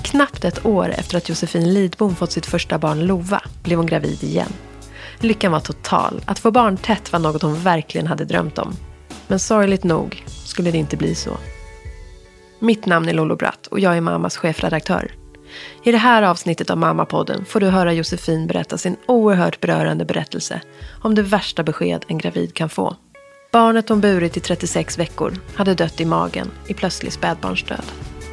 Knappt ett år efter att Josefin Lidbom fått sitt första barn Lova blev hon gravid igen. Lyckan var total. Att få barn tätt var något hon verkligen hade drömt om. Men sorgligt nog skulle det inte bli så. Mitt namn är Lolo Bratt och jag är mammas chefredaktör. I det här avsnittet av Mammapodden får du höra Josefin berätta sin oerhört berörande berättelse om det värsta besked en gravid kan få. Barnet hon burit i 36 veckor hade dött i magen i plötslig spädbarnsdöd.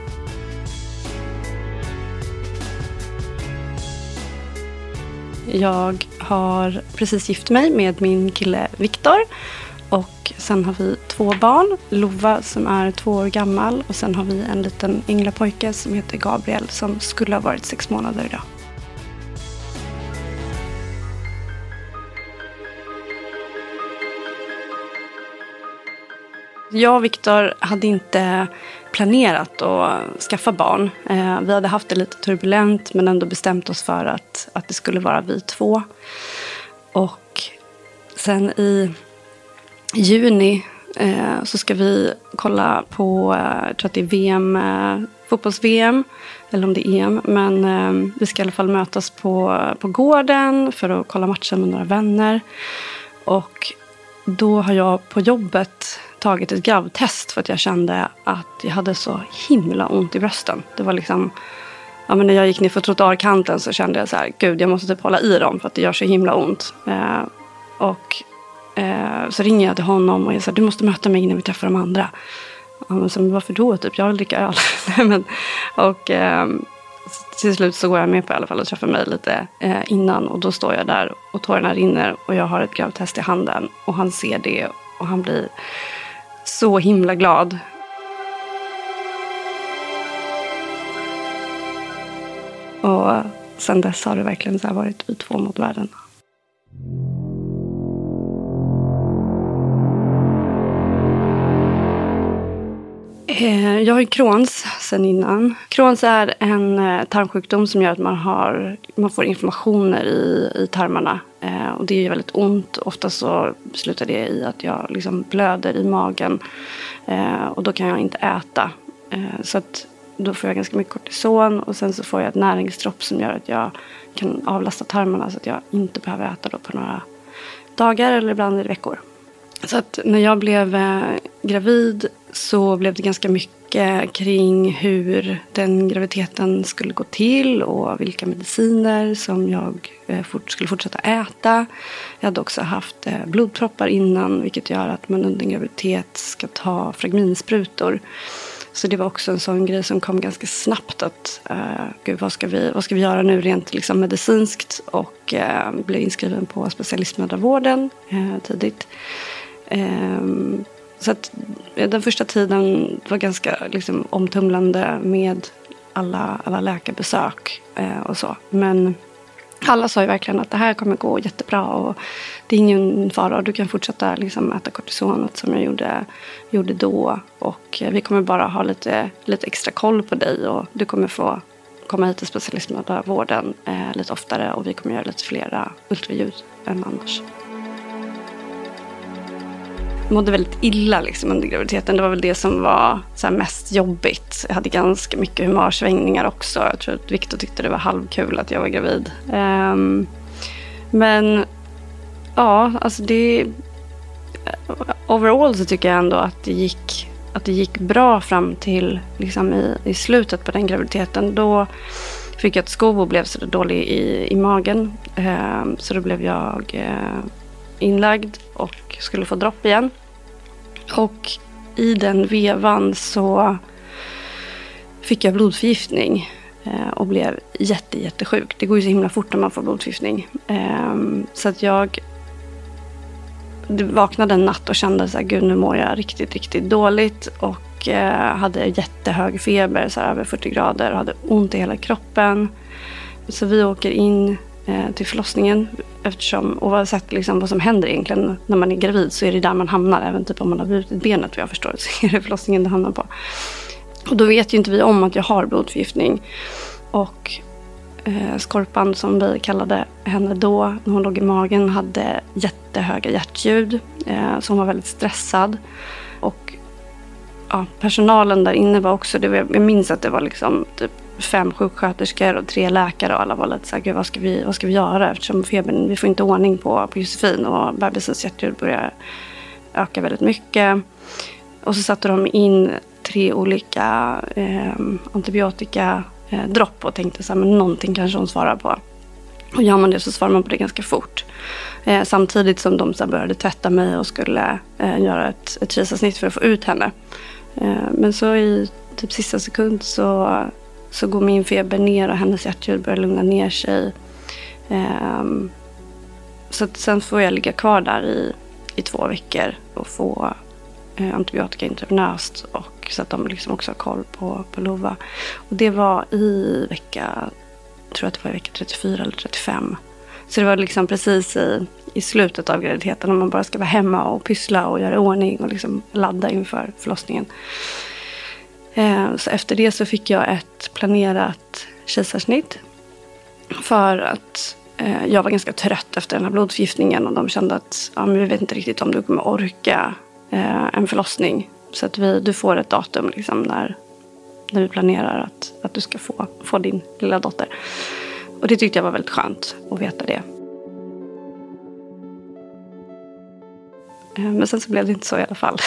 Jag har precis gift mig med min kille Viktor. Och sen har vi 2 barn. Lova som är 2 år gammal. Och sen har vi en liten änglapojke som heter Gabriel som skulle ha varit 6 månader idag. Jag och Viktor hade inte planerat att skaffa barn. Vi hade haft det lite turbulent men ändå bestämt oss för att det skulle vara vi 2. Och sen i juni så ska vi kolla på, jag tror att det är VM, fotbolls-VM eller om det är EM. Men vi ska i alla fall mötas på gården för att kolla matchen med några vänner. Och då har jag på jobbet tagit ett gravtest för att jag kände att jag hade så himla ont i brösten. Det var liksom, ja, men när jag gick ner för trottoarkanten så kände jag så här, gud jag måste typ hålla i dem för att det gör så himla ont. Så ringer jag till honom och jag säger, du måste möta mig innan vi träffar de andra. Ja, men så, varför då? Typ, jag vill dricka öl. Till slut så går jag med på i alla fall att träffa mig lite innan. Och då står jag där och tårarna rinner och jag har ett gravtest i handen. Och han ser det och han blir så himla glad. Och sen dess har det verkligen så här varit vi 2 mot världen. Jag har ju Crohns sen innan. Crohns är en tarmsjukdom som gör att man får inflammationer i tarmarna. Och det är ju väldigt ont. Ofta så slutar det i att jag liksom blöder i magen. Och då kan jag inte äta. Så att då får jag ganska mycket kortison. Och sen så får jag ett näringsdropp som gör att jag kan avlasta tarmarna. Så att jag inte behöver äta då på några dagar eller ibland i veckor. Så att när jag blev gravid så blev det ganska mycket kring hur den graviditeten skulle gå till och vilka mediciner som jag skulle fortsätta äta. Jag hade också haft blodproppar innan, vilket gör att man under en graviditet ska ta fragminsprutor. Så det var också en sån grej som kom ganska snabbt att gud, vad ska vi göra nu rent liksom medicinskt, och blev inskriven på specialistmödravården tidigt. Så att den första tiden var ganska liksom omtumlande med alla läkarbesök och så. Men alla sa ju verkligen att det här kommer gå jättebra och det är ingen fara. Du kan fortsätta liksom äta kortisonet som jag gjorde då. Och vi kommer bara ha lite extra koll på dig och du kommer få komma hit till specialistmödravården lite oftare och vi kommer göra lite flera ultraljud än annars. Jag mådde väldigt illa liksom under graviditeten. Det var väl det som var så här mest jobbigt. Jag hade ganska mycket humörsvängningar också. Jag tror att Viktor tyckte det var halvkul att jag var gravid. Men ja, alltså overall så tycker jag ändå att det gick bra fram till liksom i slutet på den graviditeten. Då fick jag ett skov och blev så dålig i magen. Så då blev jag inlagd och skulle få dropp igen. Och i den vevan så fick jag blodförgiftning och blev jättesjuk. Det går ju så himla fort när man får blodförgiftning. Så att jag vaknade en natt och kände så här, gud nu mår jag riktigt dåligt. Och hade jättehög feber, så här, över 40 grader och hade ont i hela kroppen. Så vi åker in till förlossningen och har sett liksom vad som händer egentligen när man är gravid, så är det där man hamnar, även typ om man har brutit benet, vad jag förstår, så är det förlossningen det hamnar på. Och då vet ju inte vi om att jag har blodförgiftning. Och Skorpan, som vi kallade henne då, när hon låg i magen, hade jättehöga hjärtljud, så hon var väldigt stressad. Och personalen där inne var också, jag minns att det var liksom typ 5 sjuksköterskor och 3 läkare och alla var lite så här, gud, vad ska vi göra, eftersom febern, vi får inte ordning på Josefin och bebisens hjärtljud börjar öka väldigt mycket. Och så satte de in 3 olika antibiotika dropp och tänkte så här, men någonting kanske hon svarar på. Och gör man det så svarar man på det ganska fort. Samtidigt som de så började tvätta mig och skulle göra ett kejsarsnitt för att få ut henne. Men så i typ sista sekund så går min feber ner och hennes hjärtljud börjar lugna ner sig. Så att sen får jag ligga kvar där i 2 veckor och få antibiotika intravenöst, och så att de liksom också har koll på Lova. Och det var i vecka 34 eller 35. Så det var liksom precis i slutet av graviditeten, när man bara ska vara hemma och pyssla och göra i ordning och liksom ladda inför förlossningen. Så efter det så fick jag ett planerat kejsarsnitt, för att jag var ganska trött efter den här blodförgiftningen och de kände att men vi vet inte riktigt om du kommer orka en förlossning. Så att du får ett datum liksom när vi planerar att du ska få din lilla dotter. Och det tyckte jag var väldigt skönt att veta det. Men sen så blev det inte så i alla fall.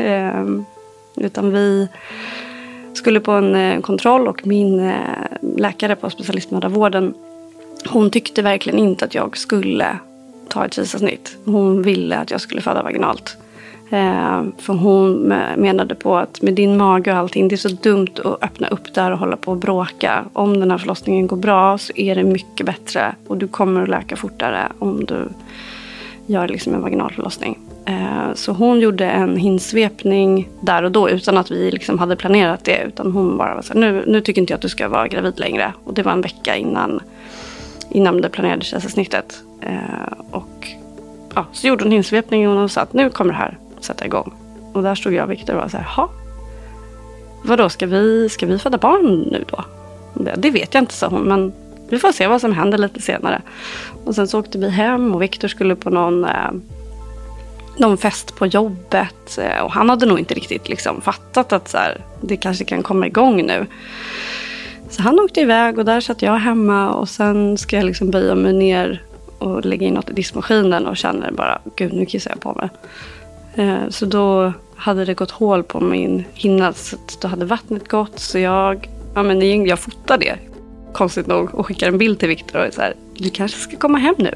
Utan vi skulle på en kontroll, och min läkare på specialistmödravården, hon tyckte verkligen inte att jag skulle ta ett kejsarsnitt. Hon ville att jag skulle föda vaginalt. För hon menade på att med din mage och allting, det är så dumt att öppna upp där och hålla på och bråka. Om den här förlossningen går bra så är det mycket bättre, och du kommer att läka fortare om du gör liksom en vaginalförlossning. Så hon gjorde en hinsvepning där och då utan att vi liksom hade planerat det, utan hon bara var så här, nu tycker inte jag att du ska vara gravid längre. Och det var en vecka innan det planerade kejsarsnittet. Och så gjorde hon hinsvepningen och sa att nu kommer det här sätta igång. Och där stod jag och Victor och var så här, vadå, ska vi föda barn nu då? Det vet jag inte, sa hon, men vi får se vad som händer lite senare. Och sen så åkte vi hem och Victor skulle på någon fest på jobbet, och han hade nog inte riktigt liksom fattat att så här, det kanske kan komma igång nu. Så han åkte iväg och där satt jag hemma, och sen ska jag liksom böja mig ner och lägga in något i diskmaskinen och känner bara, gud, nu kissar jag på mig. Så då hade det gått hål på min hinna, så då hade vattnet gått, så jag fotade det konstigt nog och skickar en bild till Victor och så här, du kanske ska komma hem nu.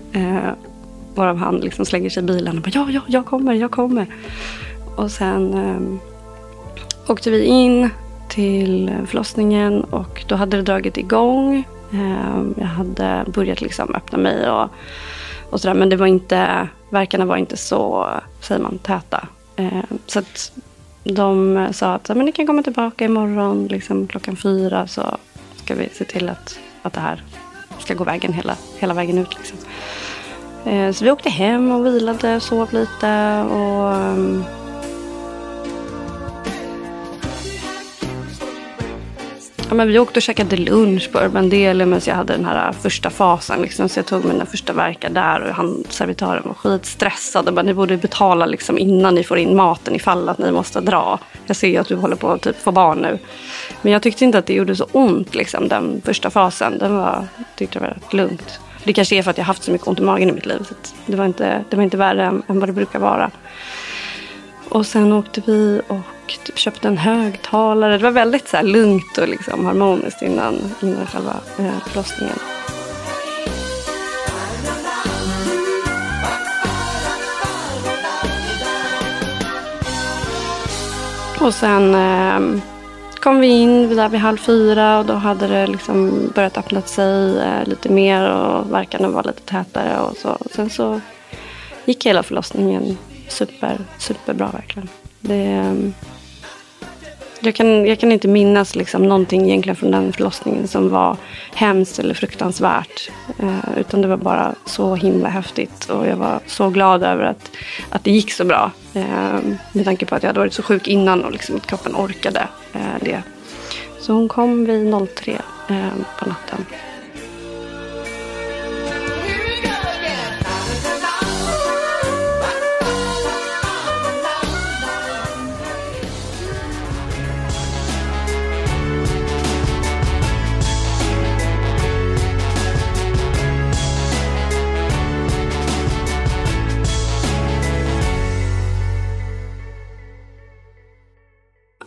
Varav han liksom slänger sig i bilen och bara, jag kommer. Och sen åkte vi in till förlossningen, och då hade det dragit igång. Jag hade börjat liksom öppna mig och sådär, men det var inte, verkarna var inte så, säger man, täta. Så att de sa att men ni kan komma tillbaka imorgon liksom 4:00, så ska vi se till att det här ska gå vägen hela vägen ut liksom. Så vi åkte hem och vilade, sov lite och men vi åkte och käkade lunch på Urban Deli medan jag hade den här första fasen liksom, så jag tog mina första verkar där, och servitören var skitstressad och bara, ni borde betala liksom innan ni får in maten ifall att ni måste dra. Jag ser ju att du håller på att typ få barn nu. Men jag tyckte inte att det gjorde så ont liksom, den första fasen. Tyckte det var rätt lugnt. Det kanske är för att jag haft så mycket ont i magen i mitt liv, så det var inte värre än vad det brukar vara. Och sen åkte vi och typ köpte en högtalare. Det var väldigt så här lugnt och liksom harmoniskt innan själva förlossningen. Och sen kom vi in där vid 3:30, och då hade det liksom börjat öppna sig lite mer och verkarna var lite tätare och så. Sen så gick hela förlossningen superbra verkligen. Jag kan inte minnas liksom någonting egentligen från den förlossningen som var hemskt eller fruktansvärt. Utan det var bara så himla häftigt, och jag var så glad över att det gick så bra. Med tanke på att jag hade varit så sjuk innan och liksom att kroppen orkade det. Så hon kom vid 03 på natten.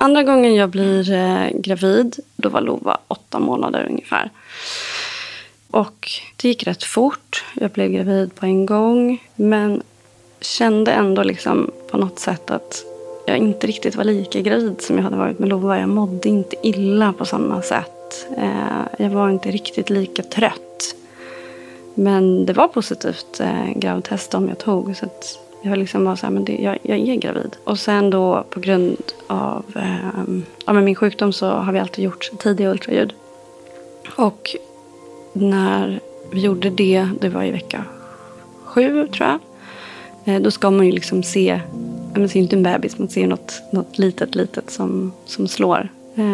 Andra gången jag blir gravid, då var Lova 8 månader ungefär. Och det gick rätt fort. Jag blev gravid på en gång. Men kände ändå liksom på något sätt att jag inte riktigt var lika gravid som jag hade varit med Lova. Jag mådde inte illa på samma sätt. Jag var inte riktigt lika trött. Men det var positivt gravtest om jag tog. Så att jag liksom var så här, men jag är gravid. Och sen då på grund av min sjukdom så har vi alltid gjort tidiga ultraljud. Och när vi gjorde det var i vecka 7 tror jag. Då ska man ju liksom se, man ser inte en bebis, man ser något litet som slår.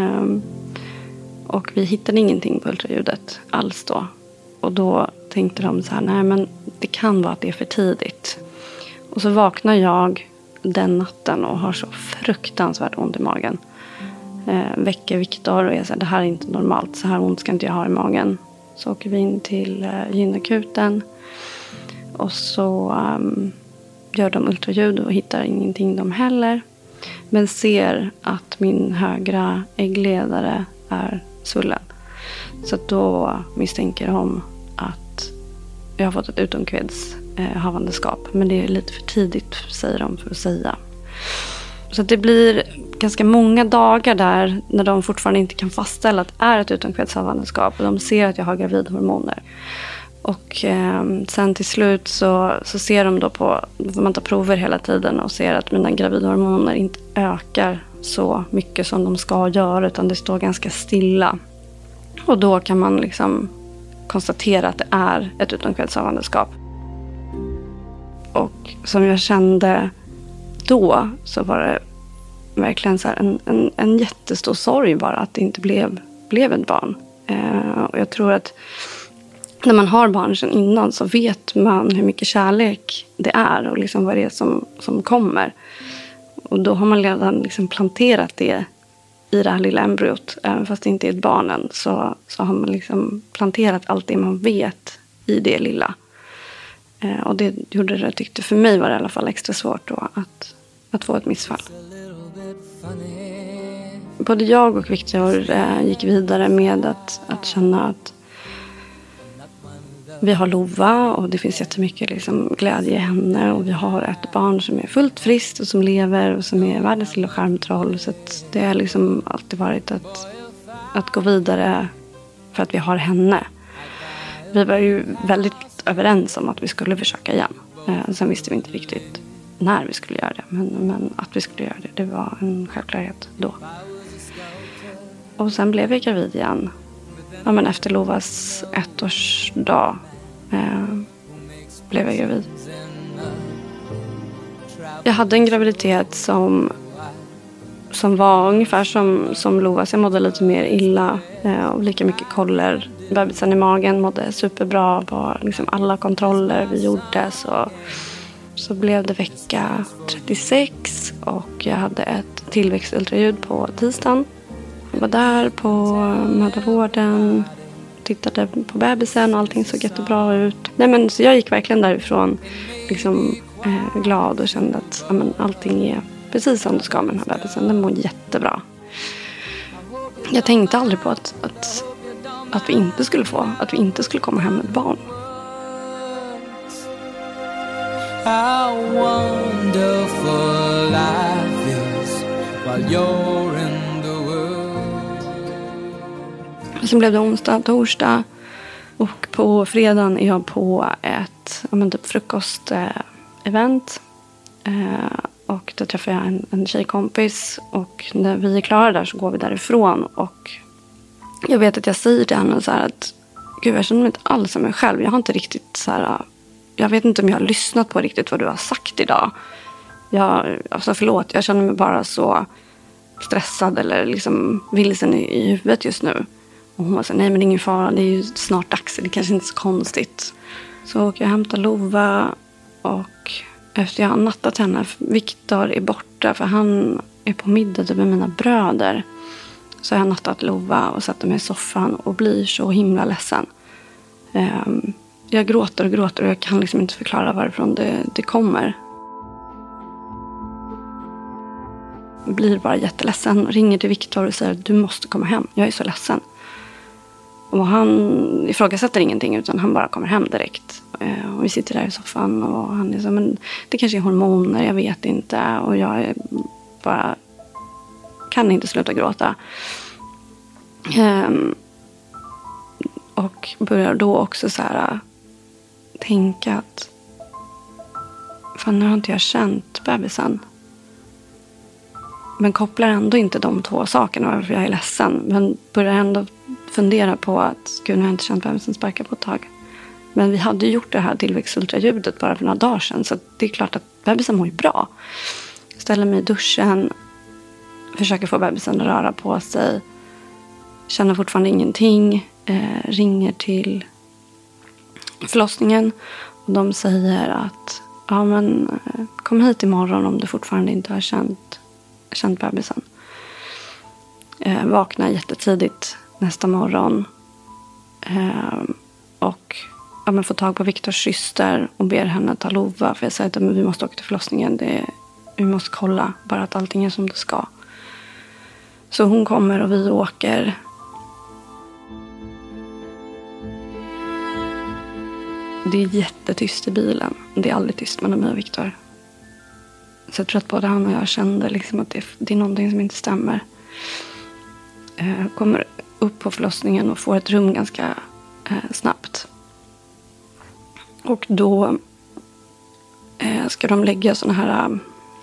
Och vi hittade ingenting på ultraljudet alls då. Och då tänkte de så här, nej men det kan vara att det är för tidigt. Och så vaknar jag den natten och har så fruktansvärt ont i magen. Väcker Viktor och jag säger, det här är inte normalt, så här ont ska inte jag ha i magen. Så åker vi in till gynakuten. Och så gör de ultraljud och hittar ingenting de heller. Men ser att min högra äggledare är svullen. Så då misstänker de att jag har fått ett utomkvedshavandeskap. Men det är lite för tidigt, säger de, för att säga. Så det blir ganska många dagar där när de fortfarande inte kan fastställa att det är ett utomkvedshavandeskap. Och de ser att jag har gravidhormoner. Och sen till slut så ser de då på, man tar prover hela tiden och ser att mina gravidhormoner inte ökar så mycket som de ska göra, utan det står ganska stilla. Och då kan man liksom konstatera att det är ett utomkvedshavandeskap. Och som jag kände då så var det verkligen så här en jättestor sorg bara att det inte blev ett barn. Och jag tror att när man har barn sedan innan så vet man hur mycket kärlek det är och liksom vad det är som kommer. Och då har man redan liksom planterat det i det här lilla embryot. Även fast det inte är ett barn än så har man liksom planterat allt det man vet i det lilla. Och det gjorde det, tyckte för mig var det i alla fall extra svårt då att få ett missfall. Både jag och Viktor gick vidare med att känna att vi har Lova och det finns jättemycket liksom glädje i henne. Och vi har ett barn som är fullt friskt och som lever och som är världens lilla skärmtroll. Så att det har liksom alltid varit att gå vidare för att vi har henne. Vi var ju väldigt överens om att vi skulle försöka igen. Sen visste vi inte riktigt när vi skulle göra det. Men att vi skulle göra det var en självklarhet då. Och sen blev jag gravid igen. Ja, men efter Lovas 1-årsdag blev jag gravid. Jag hade en graviditet som var ungefär som Lovas. Jag mådde lite mer illa och lika mycket koller. Bebisen i magen mådde superbra på liksom alla kontroller vi gjorde. Så blev det vecka 36 och jag hade ett tillväxtultraljud på tisdagen. Jag var där på mödravården, tittade på bebisen och allting såg jättebra ut. Så jag gick verkligen därifrån liksom, glad och kände att allting är precis som det ska med den här bebisen. Den mår jättebra. Jag tänkte aldrig på att vi inte skulle komma hem med ett barn. How wonderful life is while you're in the world. Sen blev det onsdag, torsdag och på fredagen är jag på ett typ frukostevent. Och då träffar jag en tjejkompis och när vi är klara där så går vi därifrån och jag vet att jag säger till henne så här att gud, jag känner mig inte alls som mig själv. Jag har inte riktigt så här, jag vet inte om jag har lyssnat på riktigt vad du har sagt idag. Förlåt, jag känner mig bara så stressad eller liksom vilsen i huvudet just nu. Och hon var så nej men det är ingen fara, det är ju snart dags, det är kanske inte så konstigt. Så åker jag hämtar Lova och efter jag har nattat henne, Viktor är borta för han är på middag med mina bröder. Så jag har nattat Lova och sätter mig i soffan och blir så himla ledsen. Jag gråter och jag kan liksom inte förklara varifrån det kommer. blir bara jätteledsen. Ringer till Viktor och säger att du måste komma hem. Jag är så ledsen. Och han ifrågasätter ingenting utan han bara kommer hem direkt. Och vi sitter där i soffan och han är så, men det kanske är hormoner, jag vet inte. Och jag är bara kan inte sluta gråta. Och börjar då också så här tänka att fan, nu har inte jag känt bebisen. Men kopplar ändå inte de två sakerna varför jag är ledsen. Men börjar ändå fundera på att gud, nu har jag inte känt bebisen sparka på ett tag. Men vi hade gjort det här tillväxtultraljudet bara för några dagar sedan. Så det är klart att bebisen mår ju bra. Ställer mig i duschen. Försöker få bebisen att röra på sig. Känner fortfarande ingenting. Ringer till förlossningen. Och de säger att ja, men kom hit imorgon om du fortfarande inte har känt bebisen. Vaknar jättetidigt nästa morgon. Och ja, men får tag på Viktors syster och ber henne ta Lova. För jag säger att vi måste åka till förlossningen. Vi måste kolla bara att allting är som det ska. Så hon kommer och vi åker. Det är jättetyst i bilen. Det är aldrig tyst mellan mig och Viktor. Så jag tror att både han och jag kände liksom att det är någonting som inte stämmer. Kommer upp på förlossningen och får ett rum ganska snabbt. Och då ska de lägga såna här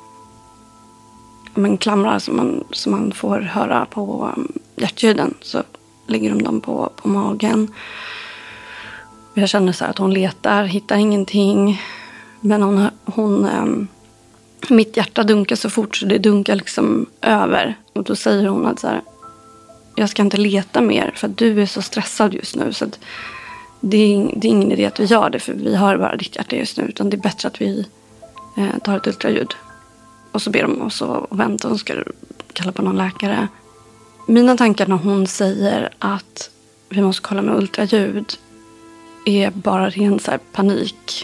klamrar som man får höra på hjärtljuden. Så lägger de dem på magen. Jag känner så här att hon letar, hittar ingenting. Men hon mitt hjärta dunkar så fort så det dunkar liksom över. Och då säger hon att så här, jag ska inte leta mer för att du är så stressad just nu. Så att det är ingen idé att vi gör det för vi har bara ditt hjärta just nu. Utan det är bättre att vi tar ett ultraljud. Och så ber de oss att vänta och ska kalla på någon läkare. Mina tankar när hon säger att vi måste kolla med ultraljud är bara ren så här panik.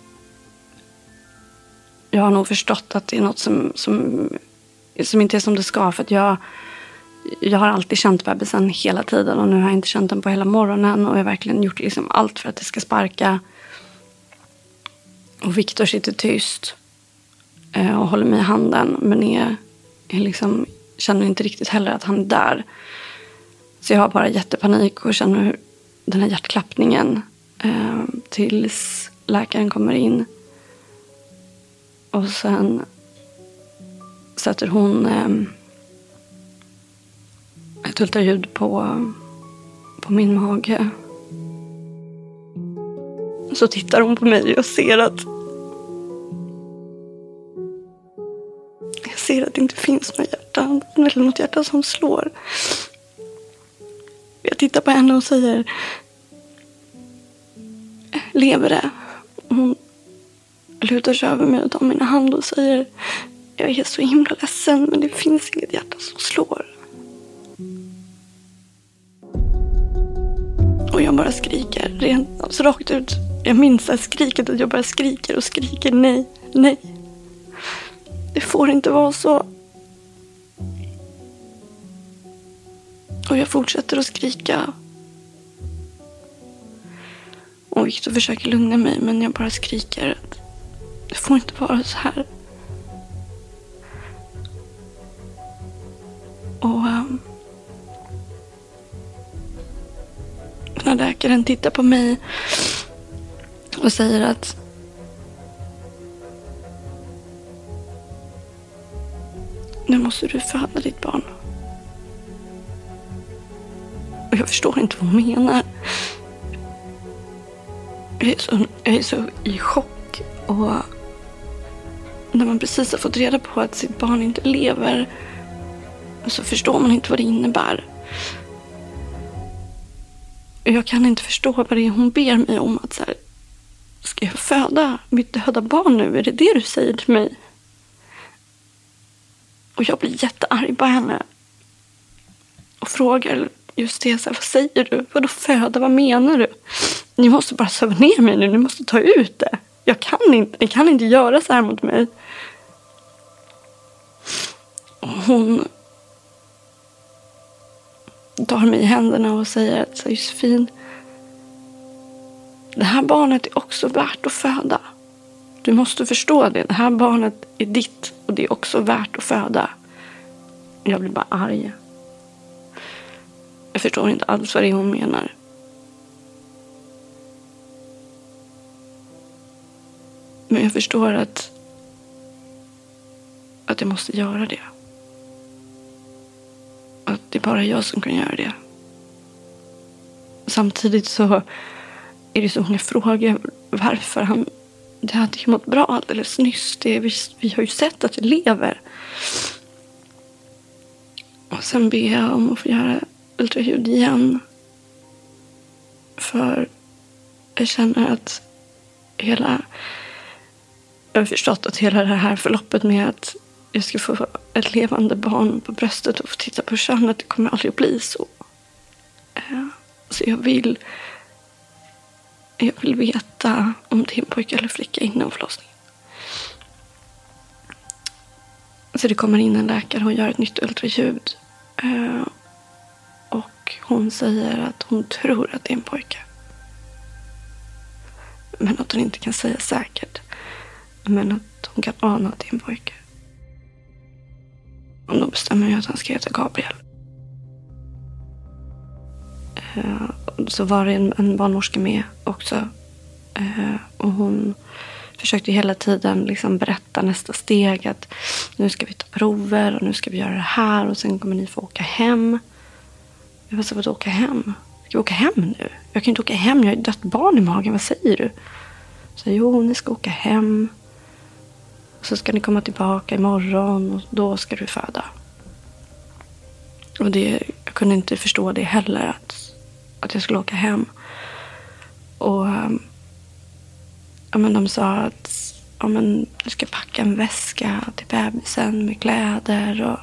Jag har nog förstått att det är något som inte är som det ska. För att jag har alltid känt bebisen hela tiden. Och nu har jag inte känt den på hela morgonen. Och jag har verkligen gjort liksom allt för att det ska sparka. Och Viktor sitter tyst. Och håller mig i handen. Men är liksom, känner inte riktigt heller att han är där. Så jag har bara jättepanik. Och känner hur den här hjärtklappningen. Tills läkaren kommer in. Och sen sätter hon ett ultraljud på min mage. Så tittar hon på mig och ser att det inte finns något hjärta. Eller något hjärta som slår. Jag tittar på henne och säger, lever det? Hon lutar sig över mig och tar mina hand och säger, jag är så himla ledsen men det finns inget hjärta som slår. Och jag bara skriker så rakt ut. Jag minns att skriket att jag bara skriker och skriker nej. Det får inte vara så. Och jag fortsätter att skrika. Och Viktor försöker lugna mig men jag bara skriker att det får inte vara så här. Och när läkaren tittar på mig och säger att nu måste du föda ditt barn. Och jag förstår inte vad hon menar. Jag är så i chock. Och när man precis har fått reda på att sitt barn inte lever så förstår man inte vad det innebär. Jag kan inte förstå vad det är hon ber mig om. Att så här, ska jag föda mitt döda barn nu? Är det du säger till mig? Och jag blir jättearg på henne. Och frågar just det, så här, vad säger du? Vadå föda? Vad menar du? Ni måste bara söva ner mig nu. Ni måste ta ut det. Ni kan inte göra så här mot mig. Och hon tar mig i händerna och säger att Josefin, det här barnet är också värt att föda. Du måste förstå det. Det här barnet är ditt och det är också värt att föda. Jag blir bara arg. Jag förstår inte alls vad det är hon menar. Men jag förstår att jag måste göra det. Att det är bara jag som kan göra det. Samtidigt så är det så många frågor varför det hade ju mått bra alldeles nyss. Vi har ju sett att det lever. Och sen ber jag om att få göra ultraljud igen. För jag känner att jag har förstått att hela det här förloppet med att jag ska få ett levande barn på bröstet och få titta på könet, det kommer aldrig att bli så. Så jag vill veta om det är en pojke eller flicka innan förlossningen. Så det kommer in en läkare och gör ett nytt ultraljud. Och hon säger att hon tror att det är en pojke. Men att hon inte kan säga säkert. Men att hon kan ana att det är en pojke. Och då bestämmer jag att han ska heta Gabriel. Så var det en barnmorska med också. Och hon försökte hela tiden liksom berätta nästa steg. Att nu ska vi ta prover och nu ska vi göra det här. Och sen kommer ni få åka hem. Jag var så att åka hem. Ska vi åka hem nu? Jag kan inte åka hem, jag har ett dött barn i magen. Vad säger du? Så jo, ni ska åka hem. Och så ska ni komma tillbaka imorgon och då ska du föda. Och jag kunde inte förstå det heller, att jag skulle åka hem. Och de sa att du ska packa en väska till bebisen med kläder. Och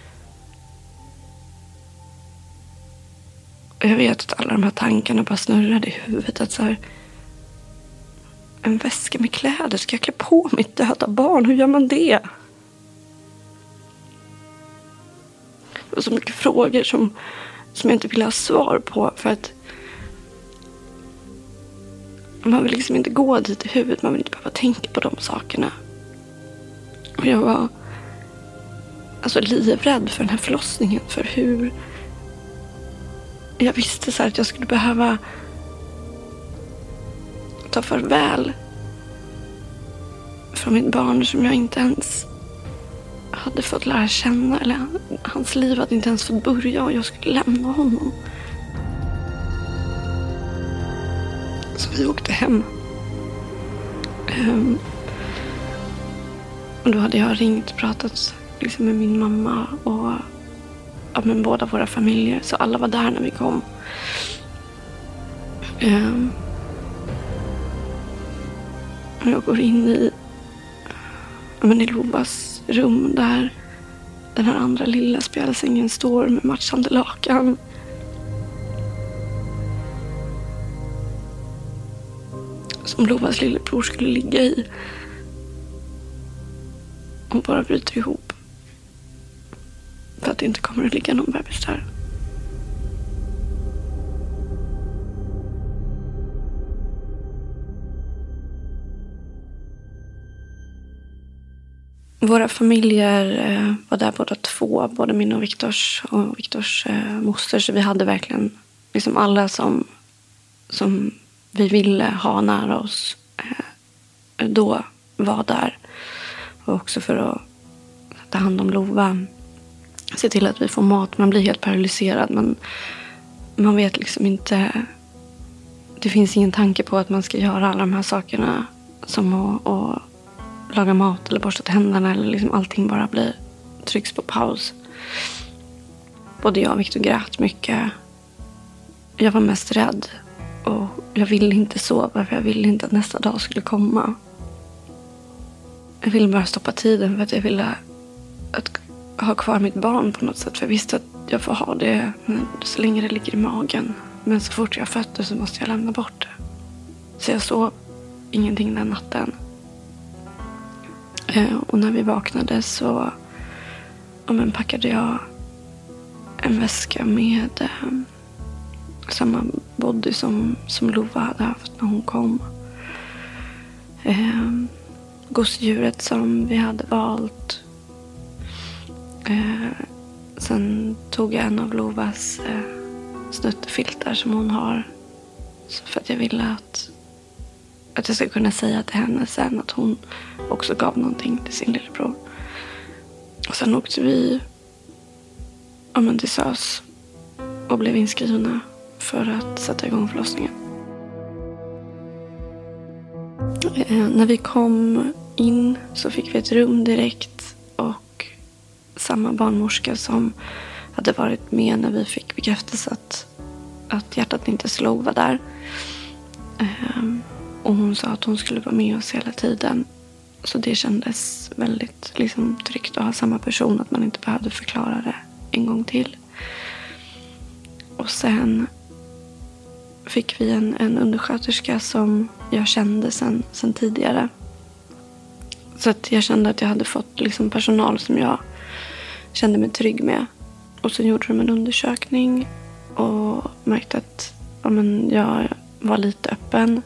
jag vet att alla de här tankarna bara snurrade i huvudet. Att så här, en väska med kläder, ska jag klä på mitt döda barn? Hur gör man det? Det var så mycket frågor som jag inte ville ha svar på. För att man vill liksom inte gå dit i huvudet. Man vill inte behöva tänka på de sakerna. Och jag var livrädd för den här förlossningen. För hur jag visste så här att jag skulle behöva ta farväl från mitt barn som jag inte ens hade fått lära känna. Eller hans liv hade inte ens fått börja och jag skulle lämna honom. Så vi åkte hem. Och då hade jag ringt och pratat liksom med min mamma och med båda våra familjer. Så alla var där när vi kom. Och jag går in i Lovas rum där den här andra lilla spjälsängen står med matchande lakan. Som Lovas lillebror skulle ligga i. Och bara bryter ihop. För att det inte kommer att ligga någon bebis där. Våra familjer var där båda två. Både min och Viktors moster. Så vi hade verkligen liksom alla som vi ville ha nära oss då var där. Och också för att ta hand om Lova. Se till att vi får mat. Man blir helt paralyserad. Man vet liksom inte. Det finns ingen tanke på att man ska göra alla de här sakerna. Som att laga mat eller borsta tänderna. Eller liksom allting bara trycks på paus. Både jag och Viktor grät mycket. Jag var mest rädd. Och jag ville inte sova. För jag ville inte att nästa dag skulle komma. Jag ville bara stoppa tiden. För att jag ville ha kvar mitt barn på något sätt. För jag visste att jag får ha det så länge det ligger i magen. Men så fort jag fötter så måste jag lämna bort det. Så jag sov ingenting den natten. Och när vi vaknade så men packade jag en väska med samma body som Lova hade haft när hon kom. Gosedjuret som vi hade valt. Sen tog jag en av Lovas snuttefiltar som hon har. Så för att jag ville att jag ska kunna säga till henne sen att hon också gav någonting till sin lillebror. Och sen åkte vi till SÖS och blev inskrivna för att sätta igång förlossningen. När vi kom in så fick vi ett rum direkt och samma barnmorska som hade varit med när vi fick bekräftelse att hjärtat inte slog var där. Och hon sa att hon skulle vara med oss hela tiden. Så det kändes väldigt tryggt att ha samma person, att man inte behövde förklara det en gång till. Och sen fick vi en undersköterska som jag kände sen tidigare. Så att jag kände att jag hade fått personal som jag kände mig trygg med. Och så gjorde de en undersökning och märkte att jag var lite öppen.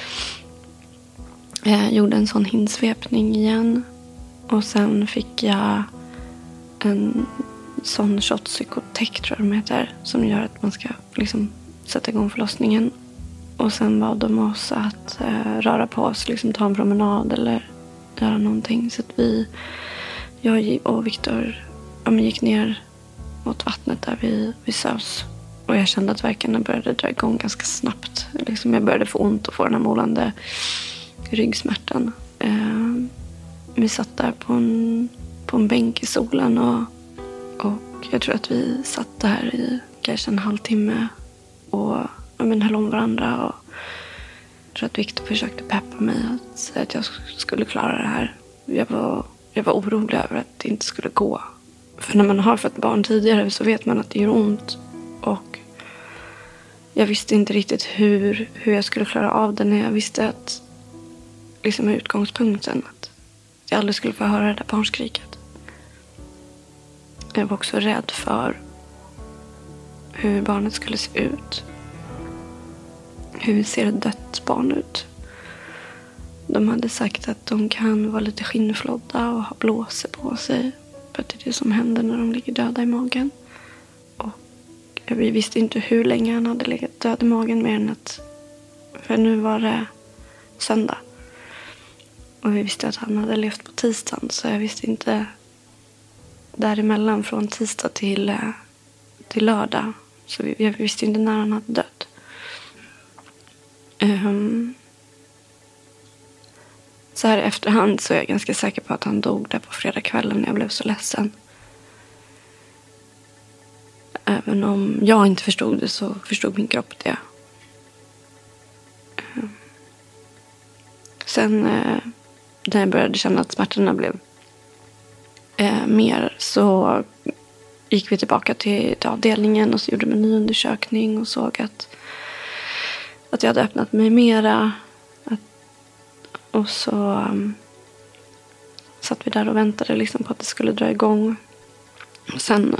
Jag gjorde en sån hinsvepning igen. Och sen fick jag en sån shot psykotech, tror jag de heter, som gör att man ska sätta igång förlossningen. Och sen bad de oss att röra på oss, ta en promenad eller göra någonting. Så att jag och Viktor gick ner mot vattnet där vid SÖS. Och jag kände att verkarna började dra igång ganska snabbt. Jag började få ont och få den här målande ryggsmärtan. Vi satt där på en bänk i solen och jag tror att vi satt där i kanske en halvtimme och höll om varandra. Och jag tror att Viktor försökte peppa mig att säga att jag skulle klara det här. Jag var orolig över att det inte skulle gå. För när man har fått barn tidigare så vet man att det gör ont. Och jag visste inte riktigt hur jag skulle klara av det, när jag visste att utgångspunkten att jag aldrig skulle få höra det där barnskriket. Jag var också rädd för hur barnet skulle se ut. Hur ser ett dött barn ut? De hade sagt att de kan vara lite skinnflodda och ha blåsor på sig. För det är det som händer när de ligger döda i magen. Och vi visste inte hur länge han hade legat död i magen, mer än att, för nu var det söndag. Och vi visste att han hade levt på tisdagen, så jag visste inte däremellan från tisdag till lördag. Så jag visste inte när han hade dött. Så här i efterhand så är jag ganska säker på att han dog där på fredagskvällen när jag blev så ledsen. Även om jag inte förstod det så förstod min kropp det. Sen när jag började känna att smärtorna blev mer, så gick vi tillbaka till avdelningen och så gjorde vi en ny undersökning och såg att jag hade öppnat mig mera. Och så satt vi där och väntade på att det skulle dra igång. Och sen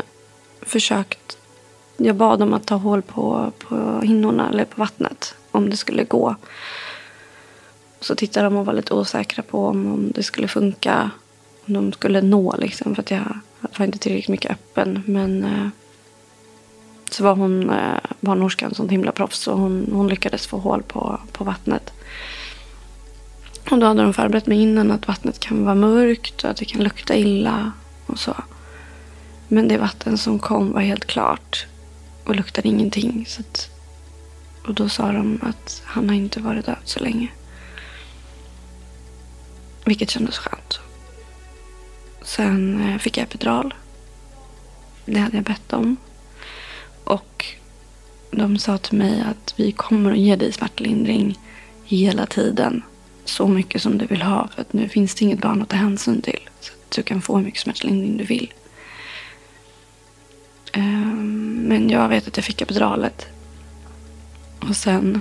jag bad dem att ta hål på hinnorna eller på vattnet om det skulle gå. Så tittade de och var lite osäkra på om det skulle funka, om de skulle nå för att jag var inte tillräckligt mycket öppen. Men så var hon barnmorskan sånt himla proffs, och hon lyckades få hål på vattnet. Och då hade de förberett mig innan att vattnet kan vara mörkt och att det kan lukta illa och så. Men det vatten som kom var helt klart och luktade ingenting. Och då sa de att han har inte varit död så länge. Vilket kändes skönt. Sen fick jag epidural. Det hade jag bett om. Och de sa till mig att vi kommer att ge dig smärtlindring hela tiden. Så mycket som du vill ha, för att nu finns det inget barn att ta hänsyn till. Så att du kan få hur mycket smärtlindring du vill. Men jag vet att jag fick epiduralet. Och sen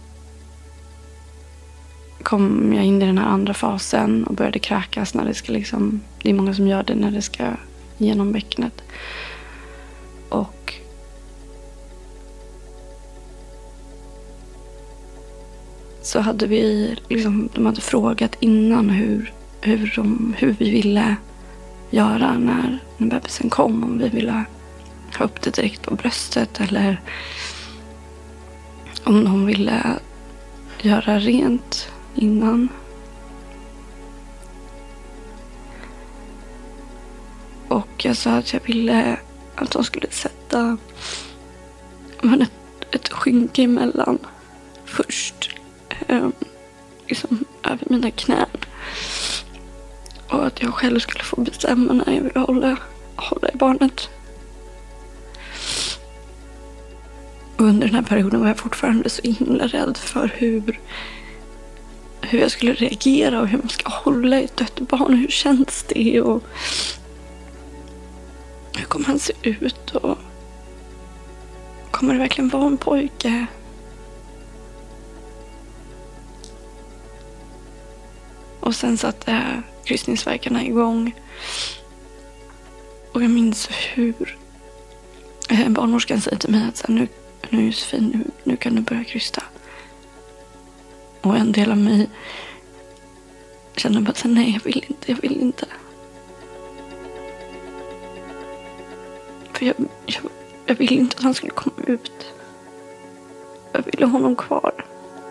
kom jag in i den här andra fasen och började kräkas när det ska det är många som gör det när det ska genom bäckenet. Och så hade vi liksom, de hade frågat innan hur vi ville göra när bebisen kom. Om vi ville ha upp det direkt på bröstet eller om de ville göra rent innan. Och jag sa att jag ville att de skulle sätta ett skynke emellan först. Liksom över mina knän. Och att jag själv skulle få bestämma när jag ville hålla i barnet. Och under den här perioden var jag fortfarande så himla rädd för hur jag skulle reagera och hur man ska hålla ett dött barn. Hur känns det och hur kommer han se ut och kommer det verkligen vara en pojke? Och sen satte kryssningsverkarna igång. Och jag minns hur barnmorskan säger till mig att så här, nu Josefin, nu kan du börja krysta. Och en del av mig kände bara så här, nej jag vill inte. För jag ville inte att han skulle komma ut. Jag ville ha honom kvar.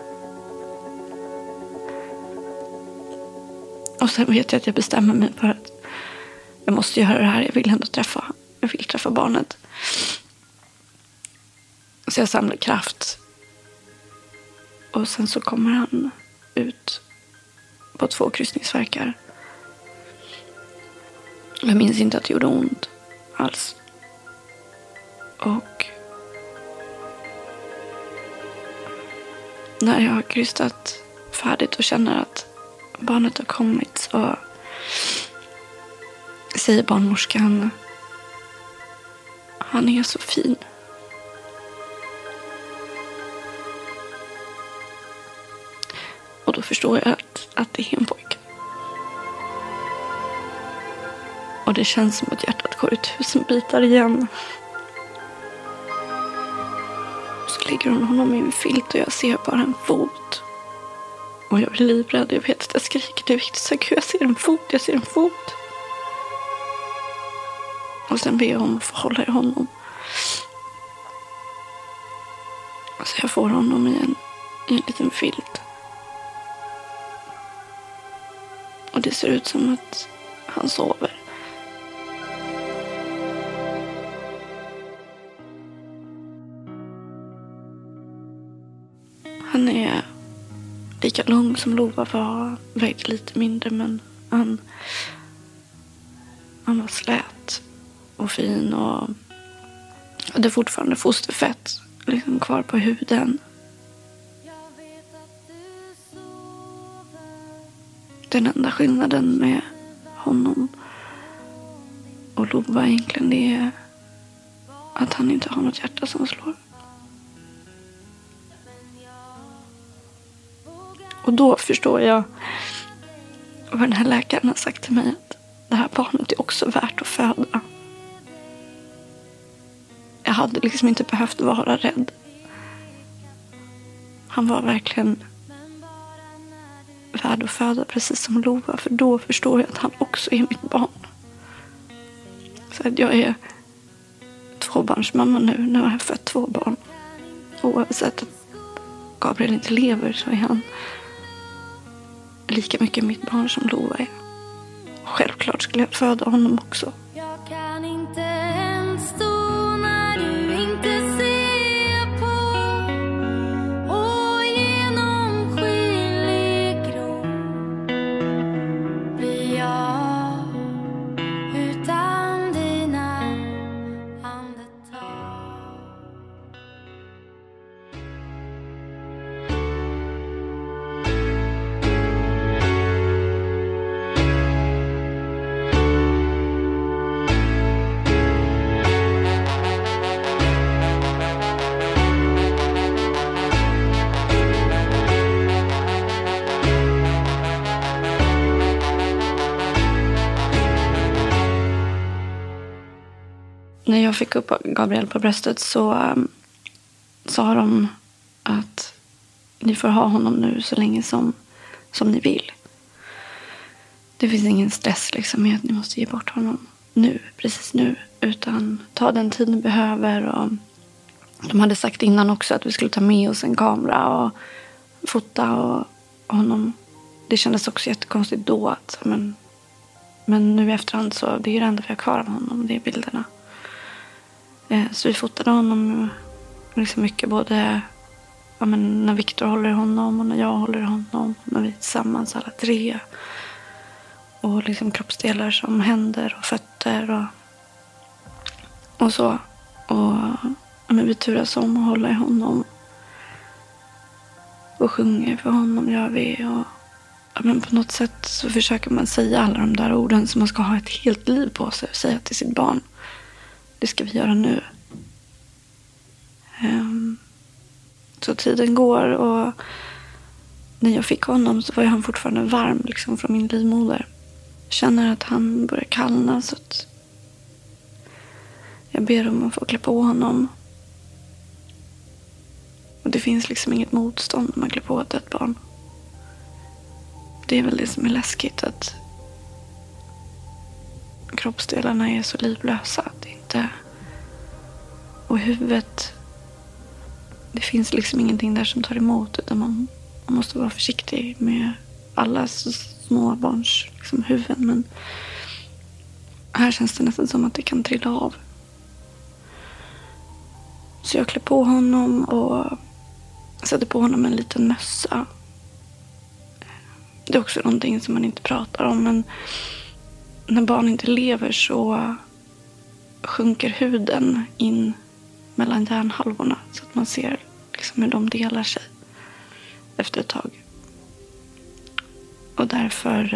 Och sen vet jag att jag bestämmer mig för att jag måste göra det här. Jag vill träffa barnet. Så jag samlar kraft. Och sen så kommer han ut på 2 kryssningsverkar. Jag minns inte att det gjorde ont alls. Och när jag har krystat färdigt och känner att barnet har kommit så säger barnmorskan: han är så fin. Och då förstår jag att det är en pojke. Och det känns som att hjärtat går i 1000 bitar igen. Så lägger hon honom i en filt och jag ser bara en fot. Och jag blir livrädd. Jag vet att jag skriker. Det är viktigt. Så jag ser en fot. Och sen ber jag om att få hålla i honom. Så jag får honom i en liten filt. Och det ser ut som att han sover. Han är lika lång som Lova var, vägde lite mindre, men han var slät och fin och hade fortfarande fosterfett liksom kvar på huden. Den enda skillnaden med honom och Lova egentligen det är att han inte har något hjärta som slår. Och då förstår jag vad den här läkaren har sagt till mig, att det här barnet är också värt att föda. Jag hade liksom inte behövt vara rädd. Han var verkligen värd att föda, precis som Lova. För då förstår jag att han också är mitt barn. Så att jag är 2-barnsmamma nu. Nu har jag fött 2 barn. Oavsett att Gabriel inte lever så är han lika mycket mitt barn som Lova är. Och självklart skulle jag föda honom också. Jag kan inte ens stå när du inte ser på. Och genom skillig grå blir jag utan dina andetag. när jag fick upp Gabriel på bröstet så sa de att ni får ha honom nu så länge som ni vill. Det finns ingen stress liksom med att ni måste ge bort honom nu, precis nu. Utan ta den tid ni behöver. Och de hade sagt innan också att vi skulle ta med oss en kamera och fota och honom. Det kändes också jättekonstigt då att men nu i efterhand så det är det enda vi har kvar av honom, det är bilderna. Så vi fotade honom liksom mycket, både när Victor håller honom och när jag håller honom, när vi är tillsammans alla tre. Och liksom kroppsdelar som händer och fötter och så. Och vi turas om att hålla i honom. Och sjunger för honom gör vi. Och på något sätt så försöker man säga alla de där orden som man ska ha ett helt liv på sig. Och säga till sitt barn. Det ska vi göra nu. Så tiden går och när jag fick honom så var han fortfarande varm liksom från min livmoder. Jag känner att han börjar kallna så att jag ber om att få klä på honom. Och det finns liksom inget motstånd när man klär på ett barn. Det är väl det som är läskigt, att kroppsdelarna är så livlösa. Att det inte... Och huvudet, det finns liksom ingenting där som tar emot, utan man måste vara försiktig med alla små barns liksom huvuden. Men här känns det nästan som att det kan trilla av. Så jag klär på honom och sätter på honom en liten mössa. Det är också någonting som man inte pratar om, men när barn inte lever så sjunker huden in mellan hjärnhalvorna så att man ser liksom hur de delar sig efter ett tag. Och därför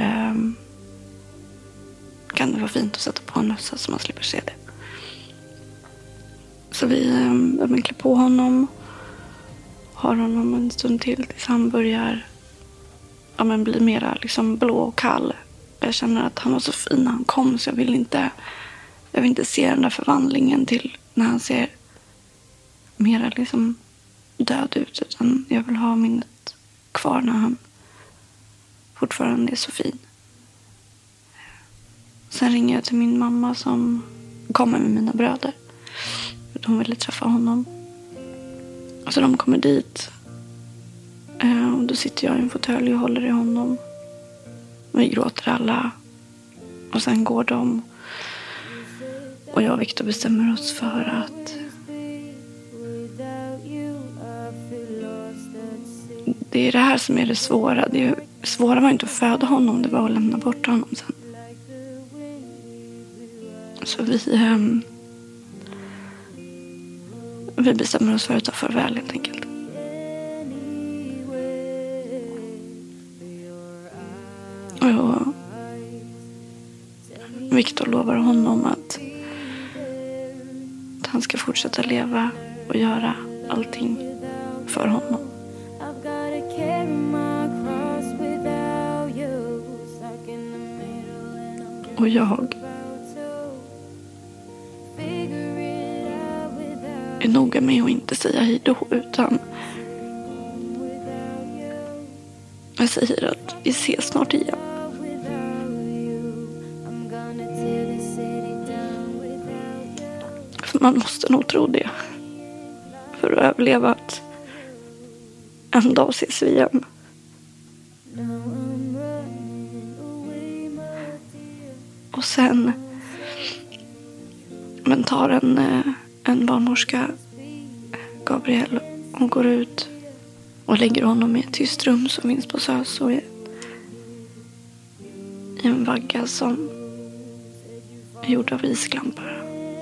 kan det vara fint att sätta på en mössa så man slipper se det. Så vi klär på honom, har honom en stund tills han börjar bli mera liksom blå och kall. Jag känner att han var så fin när han kom, så jag vill inte se den där förvandlingen till när han ser mera liksom död ut, utan jag vill ha minnet kvar när han fortfarande är så fin. Sen ringer jag till min mamma som kommer med mina bröder. De ville träffa honom. Så de kommer dit. Och då sitter jag i en fåtölj och håller i honom. Vi gråter alla. Och sen går de. Och jag och Victor bestämmer oss för att det är det här som är det svåra. Det svåra var inte att föda honom, det var att lämna bort honom sen. Så vi bestämmer oss för att ta farväl helt enkelt. Och Victor lovar honom att han ska fortsätta leva och göra allting för honom. Och jag är noga med att inte säga hej då, utan jag säger att vi ses snart igen. För man måste nog tro det för att överleva, att en dag ses vi igen. Och sen tar en barnmorska Gabriel och går ut och lägger honom i ett tyst rum som finns på SÖS och i en vagga som är gjord av isklampar.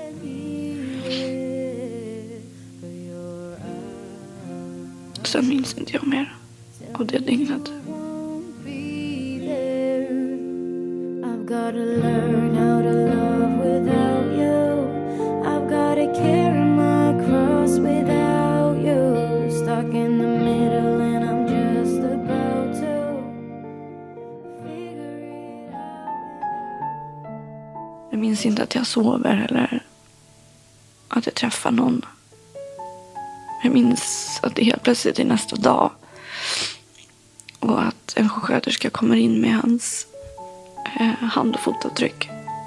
Sen minns inte jag mer av det dygnet. I've got to learn how to love without you. I've got to carry my cross without you. Stuck in the middle and I'm just about to figure it out. Jag minns inte att jag sover eller att jag träffar någon. Jag minns att det helt plötsligt är nästa dag. Och att en sjuksköterska kommer in med hans hand- och fotavtryck.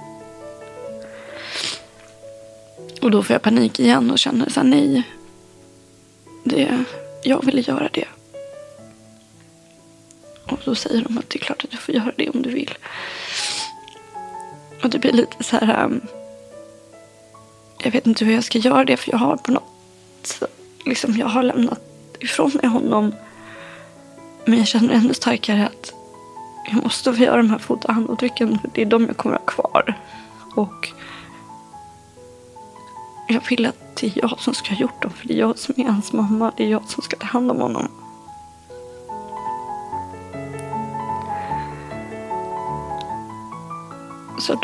Och då får jag panik igen och känner så här, nej. Jag ville göra det. Och då säger de att det är klart att du får göra det om du vill. Och det blir lite så här... jag vet inte hur jag ska göra det, för jag har på något... liksom, jag har lämnat ifrån mig honom. Men jag känner ännu starkare att jag måste få göra de här fot- och handavtrycken, för det är de jag kommer att ha kvar. Och jag vill att det är jag som ska ha gjort dem, för det är jag som är hans mamma. Det är jag som ska ta hand om honom. Så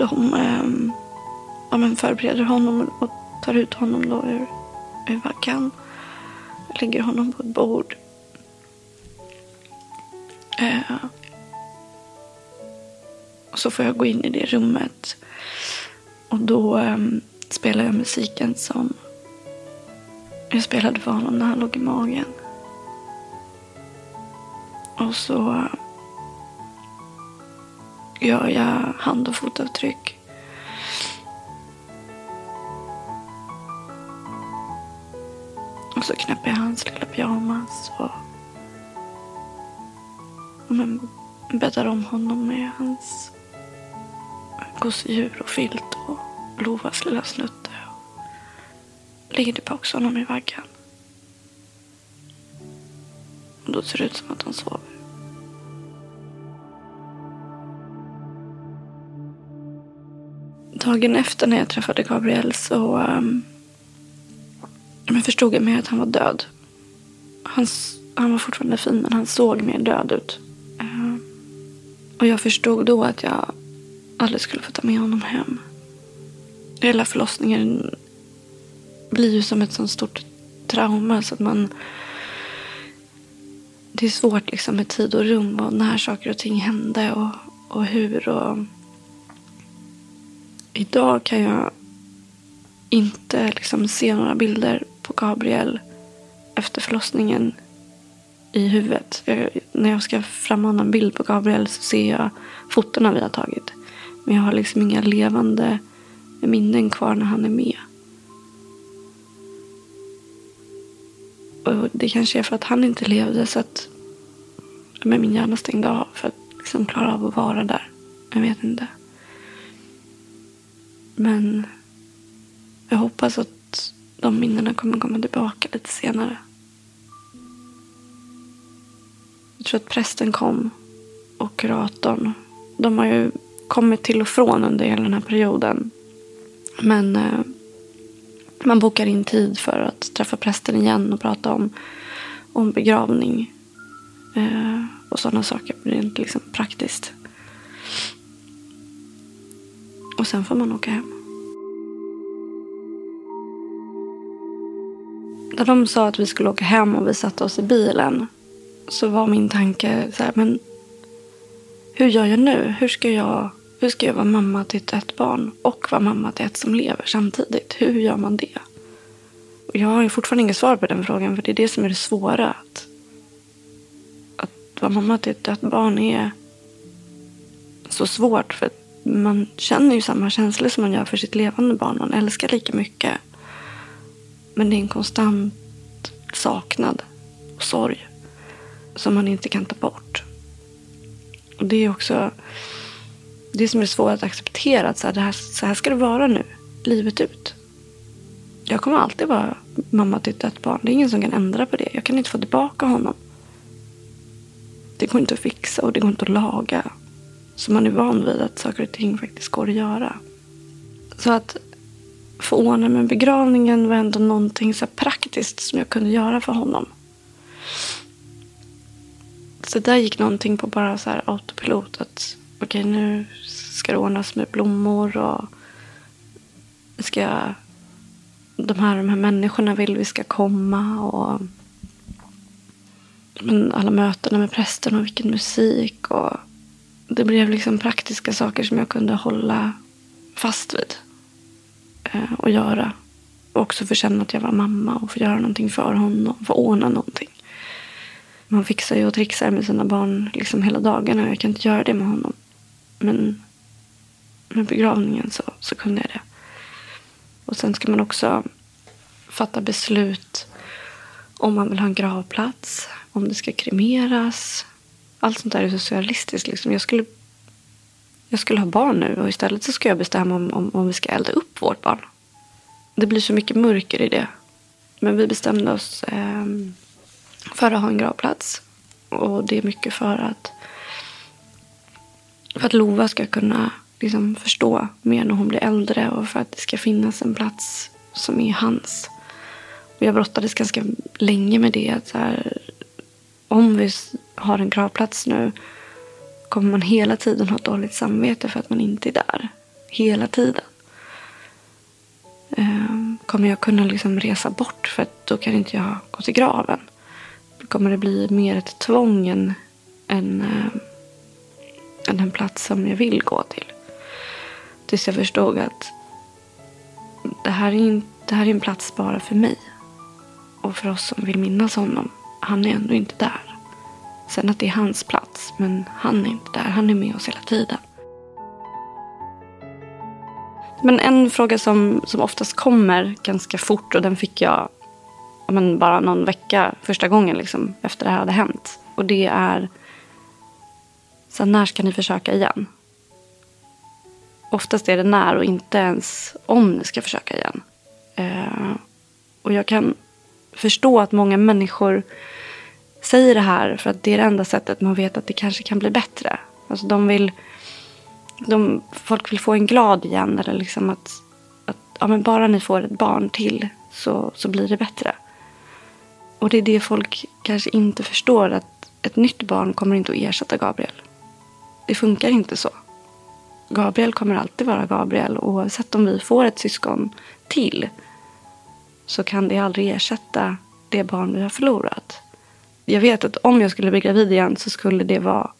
de förbereder honom och tar ut honom då ur vaggan. Lägger honom på ett bord. Och så får jag gå in i det rummet. Och då spelar jag musiken som jag spelade för honom när han låg i magen. Och så gör jag hand- och fotavtryck. Och så knäpper jag hans lilla pyjamas och bäddar om honom med hans gosedjur och filt och Lovas lilla snutte. Och lägger tillbaka honom i vaggan. Och då ser det ut som att han sover. Dagen efter när jag träffade Gabriel så förstod jag mer att han var död. Han var fortfarande fin, men han såg mer död ut. Och jag förstod då att jag aldrig skulle få ta med honom hem. Hela förlossningen blir ju som ett sånt stort trauma, så att det är svårt liksom med tid och rum och när saker och ting hände och hur. Och idag kan jag inte liksom se några bilder på Gabriel efter förlossningen i huvudet. När jag ska frammana en bild på Gabriel så ser jag fotorna vi har tagit. Men jag har liksom inga levande minnen kvar när han är med. Och det kanske är för att han inte levde, så att med min hjärna stängde av för att liksom klara av att vara där. Jag vet inte. Men jag hoppas att de minnena kommer komma tillbaka lite senare. Jag tror att prästen kom och kuratorn. De har ju kommit till och från under hela den här perioden. Men man bokar in tid för att träffa prästen igen och prata om begravning. Och sådana saker. Det är inte liksom praktiskt. Och sen får man åka hem. När de sa att vi skulle åka hem och vi satte oss i bilen, så var min tanke så här, men hur gör jag nu? Hur ska jag vara mamma till ett barn och vara mamma till ett som lever samtidigt? Hur gör man det? Och jag har ju fortfarande inget svar på den frågan, för det är det som är det svåra. Att vara mamma till ett barn är så svårt, för att man känner ju samma känslor som man gör för sitt levande barn. Man älskar lika mycket. Men det är en konstant saknad och sorg som man inte kan ta bort. Och det är också det som är svårt att acceptera. Att så här ska det vara nu, livet ut. Jag kommer alltid vara mamma till ett barn. Det är ingen som kan ändra på det. Jag kan inte få tillbaka honom. Det går inte att fixa och det går inte att laga. Så man är van vid att saker och ting faktiskt går att göra. Så att få ordna med begravningen var ändå någonting så praktiskt som jag kunde göra för honom. Så där gick någonting på bara så här autopilot. Att okej, nu ska det ordnas med blommor och de här människorna vill vi ska komma, och alla mötena med prästen och vilken musik, och det blev liksom praktiska saker som jag kunde hålla fast vid och göra. också få känna att jag var mamma och få göra någonting för honom, få ordna någonting. Man fixar ju och trixar med sina barn liksom hela dagarna och jag kan inte göra det med honom. Men med begravningen så kunde jag det. Och sen ska man också fatta beslut om man vill ha en gravplats, om det ska kremeras. Allt sånt där är så surrealistiskt. Liksom. Jag skulle ha barn nu och istället så ska jag bestämma om vi ska elda upp vårt barn. Det blir så mycket mörker i det. Men vi bestämde oss för att ha en gravplats. Och det är mycket för att Lova ska kunna liksom förstå mer när hon blir äldre. Och för att det ska finnas en plats som är hans. Och jag brottades ganska länge med det. Att så här, om vi har en gravplats nu kommer man hela tiden ha ett dåligt samvete för att man inte är där. Hela tiden. Kommer jag kunna liksom resa bort för att då kan inte jag gå till graven? Kommer det bli mer ett tvång än en plats som jag vill gå till? Tills jag förstod att det här är en plats bara för mig. Och för oss som vill minnas honom. Han är ändå inte där. Sen att det är hans plats. Men han är inte där. Han är med oss hela tiden. Men en fråga som oftast kommer ganska fort. Och den fick jag bara någon vecka första gången liksom, efter det här hade hänt. Och det är så när ska ni försöka igen? Oftast är det när och inte ens om ni ska försöka igen. Och jag kan förstå att många människor säger det här för att det är det enda sättet man vet att det kanske kan bli bättre. Alltså folk vill få en glad igen eller liksom att men bara ni får ett barn till så blir det bättre. Och det är det folk kanske inte förstår, att ett nytt barn kommer inte att ersätta Gabriel. Det funkar inte så. Gabriel kommer alltid vara Gabriel, oavsett om vi får ett syskon till så kan det aldrig ersätta det barn vi har förlorat. Jag vet att om jag skulle bli gravid igen så skulle det vara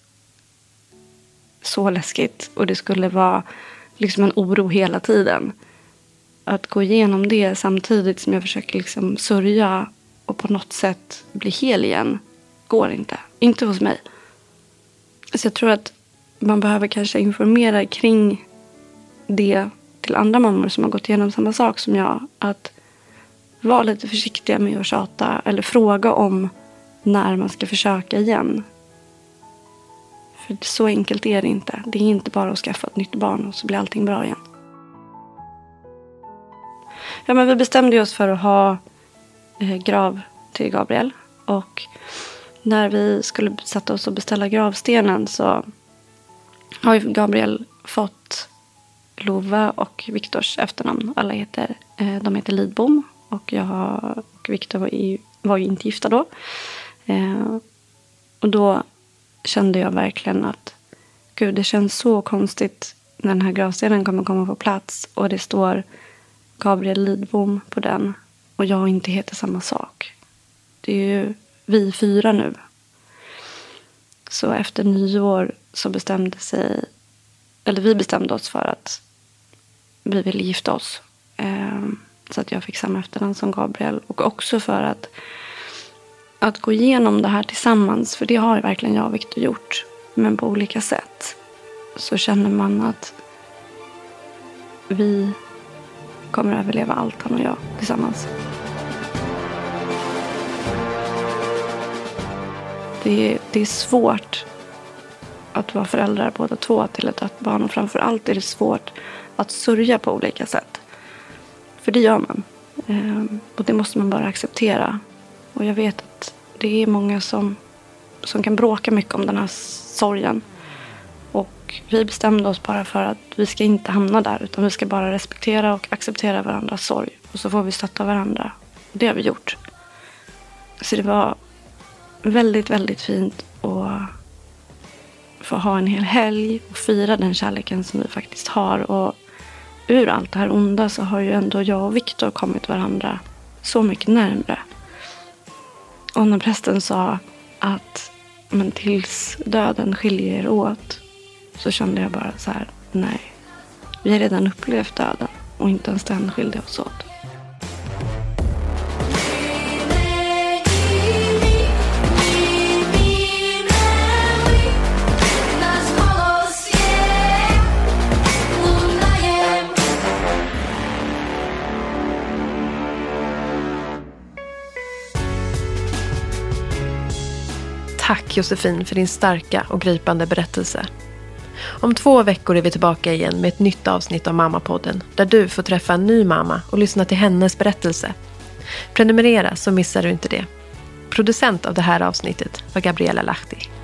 så läskigt. Och det skulle vara liksom en oro hela tiden. Att gå igenom det samtidigt som jag försöker liksom sörja och på något sätt bli hel igen går inte. Inte hos mig. Så jag tror att man behöver kanske informera kring det till andra mammor som har gått igenom samma sak som jag. Att vara lite försiktiga med att tjata eller fråga om när man ska försöka igen. För så enkelt är det inte. Det är inte bara att skaffa ett nytt barn och så blir allting bra igen. Ja, men vi bestämde oss för att ha grav till Gabriel. Och när vi skulle sätta oss och beställa gravstenen så har ju Gabriel fått Lova och Viktors efternamn. De heter Lidbom. Och jag och Viktor var ju inte gifta då. Och då kände jag verkligen att gud, det känns så konstigt när den här gravstenen kommer komma på plats. Och det står Gabriel Lidbom på den. Och jag inte heter samma sak. Det är ju vi 4 nu. Så efter nyår så vi bestämde oss för att vi ville gifta oss. Så att jag fick samma efternamn som Gabriel. Och också för att gå igenom det här tillsammans. För det har verkligen jag och Viktor gjort. Men på olika sätt. Så känner man att vi kommer att överleva allt, han och jag, tillsammans. Det är svårt att vara föräldrar båda två till ett dött barn. Och framförallt är det svårt att sörja på olika sätt. För det gör man. Och det måste man bara acceptera. Och jag vet att det är många som kan bråka mycket om den här sorgen. Och vi bestämde oss bara för att vi ska inte hamna där. Utan vi ska bara respektera och acceptera varandras sorg. Och så får vi stötta varandra. Och det har vi gjort. Så det var väldigt, väldigt fint att få ha en hel helg. Och fira den kärleken som vi faktiskt har. Och ur allt det här onda så har ju ändå jag och Viktor kommit varandra så mycket närmare. Och när prästen sa att men tills döden skiljer er åt, så kände jag bara så här: nej, vi har redan upplevt döden och inte ens den skilde oss åt. tack Josefin för din starka och gripande berättelse. Om 2 veckor är vi tillbaka igen med ett nytt avsnitt av Mammapodden där du får träffa en ny mamma och lyssna till hennes berättelse. Prenumerera så missar du inte det. Producent av det här avsnittet var Gabriella Lahti.